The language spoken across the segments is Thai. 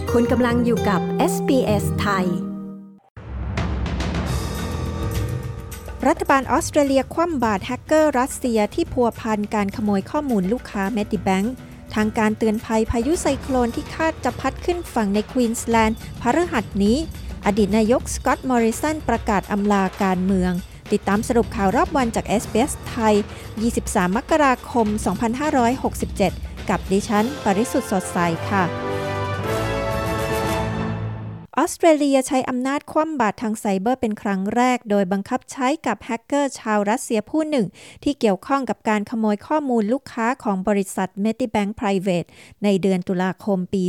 คุณกำลังอยู่กับ SBS ไทยรัฐบาลออสเตรเลียคว่ำบาตรแฮกเกอร์รัสเซียที่พัวพันการขโมยข้อมูลลูกค้า Medibank ทางการเตือนภัยพายุไซโคลนที่คาดจะพัดขึ้นฝั่งในควีนสแลนด์พฤหัสนี้อดีตนายกสก็อตต์ มอริสันประกาศอำลาการเมืองติดตามสรุปข่าวรอบวันจาก SBS ไทย 23 มกราคม 2567 กับดิฉันปริสุทธิ์สดใสค่ะออสเตรเลียใช้อำนาจคว่ำบาตรทางไซเบอร์เป็นครั้งแรกโดยบังคับใช้กับแฮกเกอร์ชาวรัสเซียผู้หนึ่งที่เกี่ยวข้องกับการขโมยข้อมูลลูกค้าของบริษัท Medibank Private ในเดือนตุลาคมปี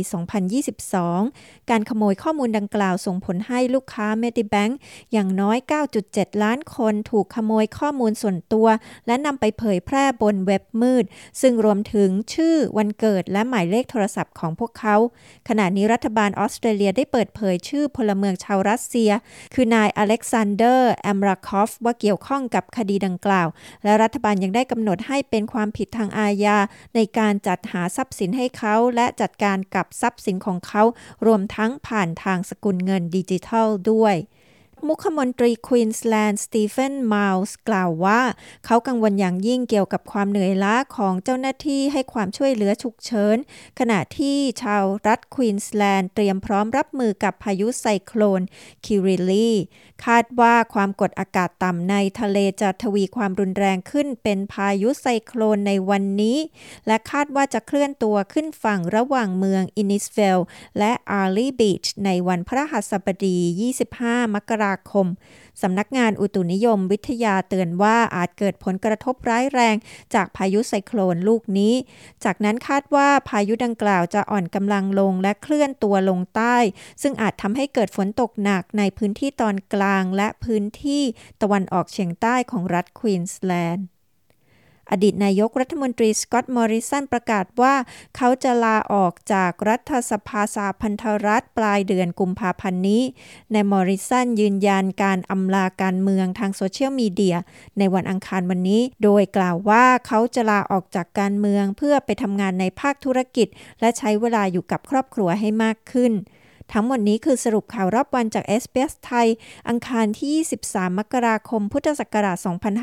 2022 การขโมยข้อมูลดังกล่าวส่งผลให้ลูกค้า Medibank อย่างน้อย 9.7 ล้านคนถูกขโมยข้อมูลส่วนตัวและนำไปเผยแพร่บนเว็บมืดซึ่งรวมถึงชื่อวันเกิดและหมายเลขโทรศัพท์ของพวกเขาขณะนี้รัฐบาลออสเตรเลียได้เปิดเผยชื่อพลเมืองชาวรัสเซียคือนายอเล็กซานเดอร์ แอมราคอฟว่าเกี่ยวข้องกับคดีดังกล่าวและรัฐบาลยังได้กำหนดให้เป็นความผิดทางอาญาในการจัดหาทรัพย์สินให้เขาและจัดการกับทรัพย์สินของเขารวมทั้งผ่านทางสกุลเงินดิจิทัลด้วยมุขมนตรีควีนสแลนด์สตีเฟนมัลส์กล่าวว่าเขากังวลอย่างยิ่งเกี่ยวกับความเหนื่อยล้าของเจ้าหน้าที่ให้ความช่วยเหลือฉุกเฉินขณะที่ชาวรัฐควีนสแลนด์เตรียมพร้อมรับมือกับพายุไซโคลนคิริลลีคาดว่าความกดอากาศต่ำในทะเลจะทวีความรุนแรงขึ้นเป็นพายุไซโคลนในวันนี้และคาดว่าจะเคลื่อนตัวขึ้นฝั่งระหว่างเมืองอินนิสเวลและอาร์ลีบีชในวันพฤหัสบดี 25 มกราคมสำนักงานอุตุนิยมวิทยาเตือนว่าอาจเกิดผลกระทบร้ายแรงจากพายุไซโคลนลูกนี้จากนั้นคาดว่าพายุดังกล่าวจะอ่อนกำลังลงและเคลื่อนตัวลงใต้ซึ่งอาจทำให้เกิดฝนตกหนักในพื้นที่ตอนกลางและพื้นที่ตะวันออกเฉียงใต้ของรัฐควีนสแลนด์อดีตนายกรัฐมนตรีสก็อตต์ มอริสันประกาศว่าเขาจะลาออกจากรัฐสภาสหพันธรัฐปลายเดือนกุมภาพันธ์นี้นายมอริสันยืนยันการอำลาการเมืองทางโซเชียลมีเดียในวันอังคารวันนี้โดยกล่าวว่าเขาจะลาออกจากการเมืองเพื่อไปทำงานในภาคธุรกิจและใช้เวลาอยู่กับครอบครัวให้มากขึ้นทั้งหมดนี้คือสรุปข่าวรอบวันจาก SBS ไทยอังคารที่ 23 มกราคม พุทธศักราช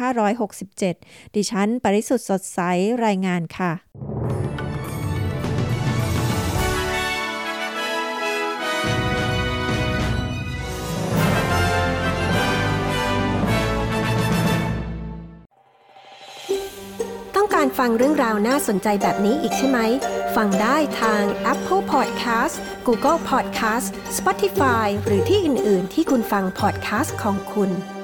2567 ดิฉันปริสุทธิ์สดใสรายงานค่ะต้องการฟังเรื่องราวน่าสนใจแบบนี้อีกใช่ไหมฟังได้ทาง Apple Podcast Google Podcast Spotify หรือที่อื่นๆที่คุณฟัง podcast ของคุณ